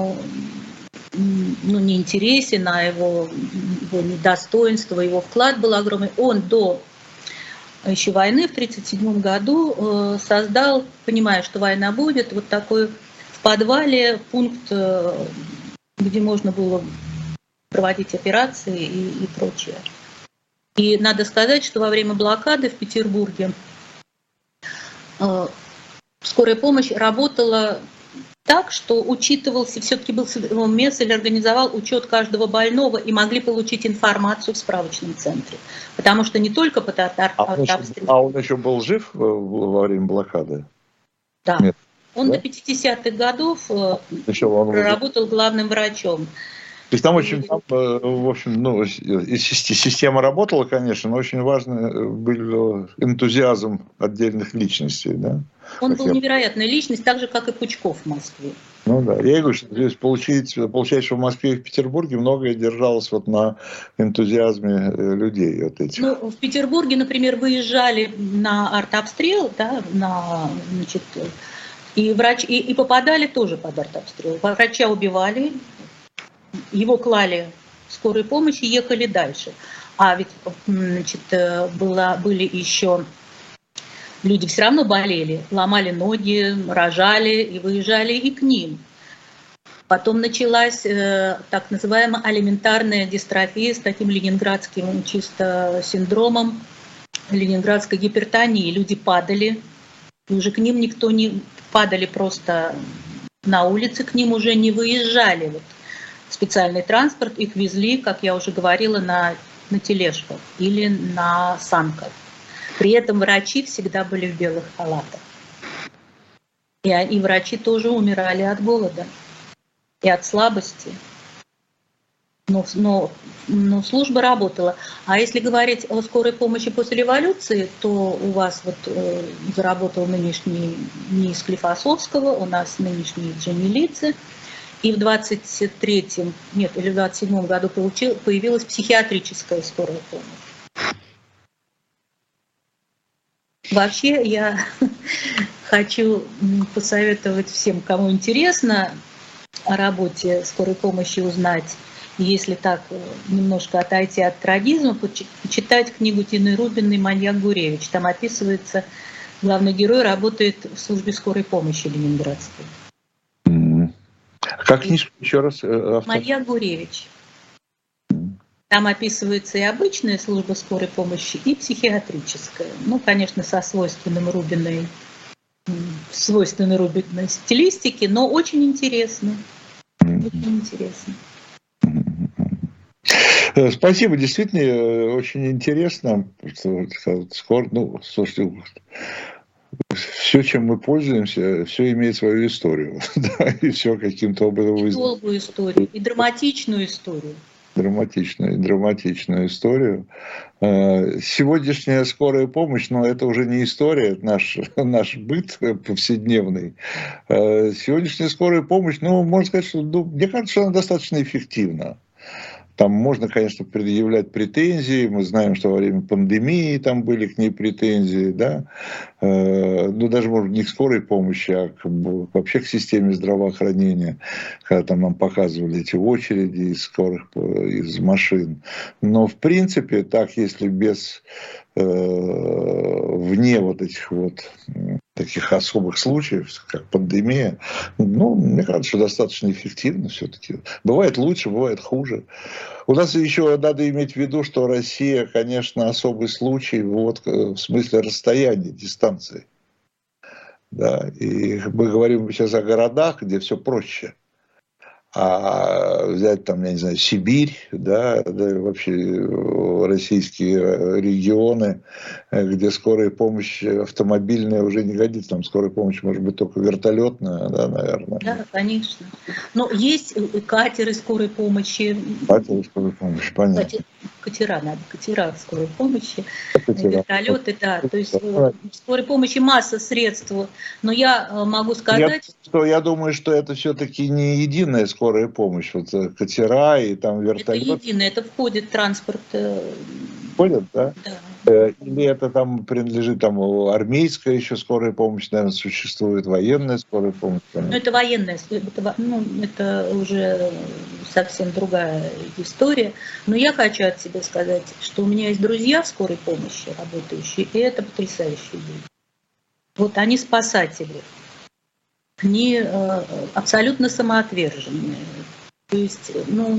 ну, не интересен, а его, его достоинство, его вклад был огромный. Он до еще войны в тридцать седьмом году создал, понимая, что война будет, вот такой в подвале пункт, где можно было проводить операции и, и прочее. И надо сказать, что во время блокады в Петербурге э, скорая помощь работала так, что учитывался, все-таки был Мессель организовал учет каждого больного и могли получить информацию в справочном центре. Потому что не только по татар, а, он еще, а он еще был жив во время блокады? Да. Нет. Он да? до пятидесятых годов Еще он проработал главным врачом. То есть там очень, там, в общем, ну, и система работала, конечно, но очень важно был энтузиазм отдельных личностей, да? Он был Я... невероятная личность, так же, как и Пучков в Москве. Ну да, я и говорю, что здесь получить, получать, что в Москве и в Петербурге многое держалось вот на энтузиазме людей вот этих. Ну, в Петербурге, например, выезжали на артобстрел, да, на, значит, и, врач, и, и попадали тоже под артобстрел. Врача убивали, его клали в скорой помощи, ехали дальше. А ведь, значит, было, были еще... Люди все равно болели, ломали ноги, рожали и выезжали и к ним. Потом началась э, так называемая алиментарная дистрофия с таким ленинградским чисто синдромом ленинградской гипертонии. Люди падали, и уже к ним никто не... Падали просто на улице, к ним уже не выезжали. Вот, специальный транспорт, их везли, как я уже говорила, на, на тележках или на санках. При этом врачи всегда были в белых халатах. И, и врачи тоже умирали от голода и от слабости. Но, но, но служба работала. А если говорить о скорой помощи после революции, то у вас вот э, заработал нынешний НИИ Склифосовского, у нас нынешний Джамилидзе. И в двадцать третьем, нет, или в двадцать седьмом году получил, появилась психиатрическая скорая помощь. Вообще я хочу посоветовать всем, кому интересно о работе скорой помощи узнать, если так немножко отойти от трагизма, почитать книгу Тины Рубиной «Маньяк Гуревич». Там описывается, главный герой работает в службе скорой помощи ленинградской. Как книжка еще раз? Автор? «Маньяк Гуревич». Там описывается и обычная служба скорой помощи, и психиатрическая. Ну, конечно, со свойственным Рубиной, свойственной Рубиной стилистики, но очень интересно. Очень интересно. Спасибо, действительно, очень интересно. Скоро, ну, слушайте, все, чем мы пользуемся, все имеет свою историю. Да, и все каким-то образом... И долгую историю, и драматичную историю. Драматичную, драматичную историю. Сегодняшняя скорая помощь, но это уже не история, это наш, наш быт повседневный. Сегодняшняя скорая помощь, ну, можно сказать, что, ну, мне кажется, что она достаточно эффективна. Там можно, конечно, предъявлять претензии. Мы знаем, что во время пандемии там были к ней претензии, да. Ну, даже, может, не к скорой помощи, а к, вообще к системе здравоохранения, когда там нам показывали эти очереди из скорых, из машин. Но, в принципе, так, если без, э, вне вот этих вот таких особых случаев, как пандемия, ну, мне кажется, что достаточно эффективно все-таки. Бывает лучше, бывает хуже. У нас еще надо иметь в виду, что Россия, конечно, особый случай вот, в смысле расстояния, дистанции. Да, и мы говорим сейчас о городах, где все проще. А взять там, я не знаю, Сибирь, да, да, вообще российские регионы, где скорая помощь автомобильная уже не годится, там скорая помощь может быть только вертолетная, да, наверное. Да, конечно. Но есть катеры скорой помощи. Катеры скорой помощи, понятно. Катера, надо, катера скорой помощи, Катера. Вертолеты, да. То есть в скорой помощи масса средств. Но я могу сказать... Я, что, я думаю, что это все-таки не единая скорая помощь. Вот катера и там вертолеты. Это единое, это входит транспорт. Входит, да? Да. Или это там принадлежит там армейская еще скорая помощь, наверное, существует, военная скорая помощь. Ну, это военная, это, ну, это уже совсем другая история. Но я хочу от себя сказать, что у меня есть друзья в скорой помощи работающие, и это потрясающие люди. Вот они спасатели. Они э, абсолютно самоотверженные. То есть, ну...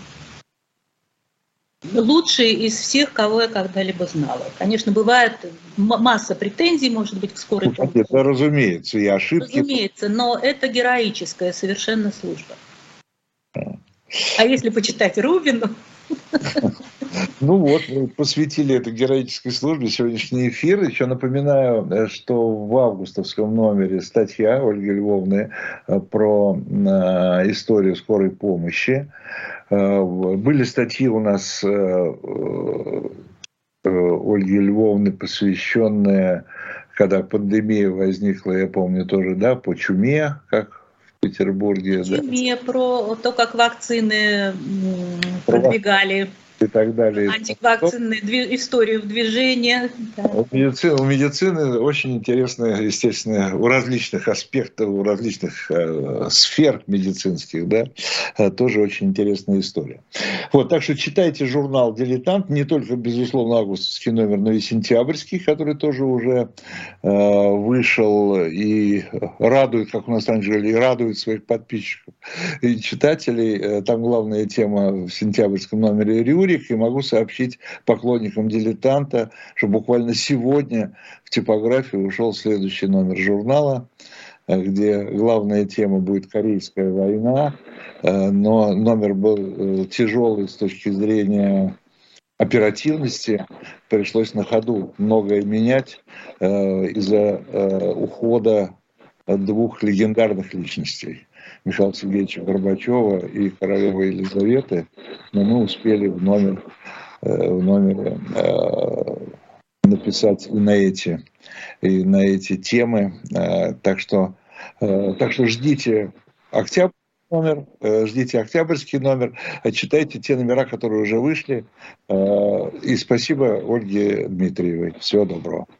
лучшие из всех, кого я когда-либо знала. Конечно, бывает масса претензий, может быть, к скорой помощи. Это разумеется, и ошибки. Разумеется, но это героическая совершенно служба. А если почитать Рубину, Ну вот, мы посвятили это героической службе сегодняшний эфир. Еще напоминаю, что в августовском номере статья Ольги Львовны про историю скорой помощи. Были статьи у нас Ольги Львовны, посвященные, когда пандемия возникла, я помню тоже, да, по чуме, как в Петербурге. Чуме, да. Про то, как вакцины продвигали. И так далее. Антивакцинную историю в движении. Да. У, медицины, у медицины очень интересная, естественно, у различных аспектов, у различных э, сфер медицинских, да, э, тоже очень интересная история. Вот, так что читайте журнал «Дилетант», не только, безусловно, августовский номер, но и сентябрьский, который тоже уже э, вышел и радует, как у нас раньше говорили, радует своих подписчиков и читателей. Э, там главная тема в сентябрьском номере «Рюрик». И могу сообщить поклонникам «Дилетанта», что буквально сегодня в типографию ушел следующий номер журнала, где главная тема будет Корейская война, но номер был тяжелый с точки зрения оперативности, пришлось на ходу многое менять из-за ухода двух легендарных личностей. Михаила Сергеевича Горбачева и королевы Елизаветы, но мы успели в, номер, в номере написать и на эти, и на эти темы. Так что, так что ждите октябрь номер, ждите октябрьский номер, читайте те номера, которые уже вышли. И спасибо Ольге Дмитриевой. Всего доброго.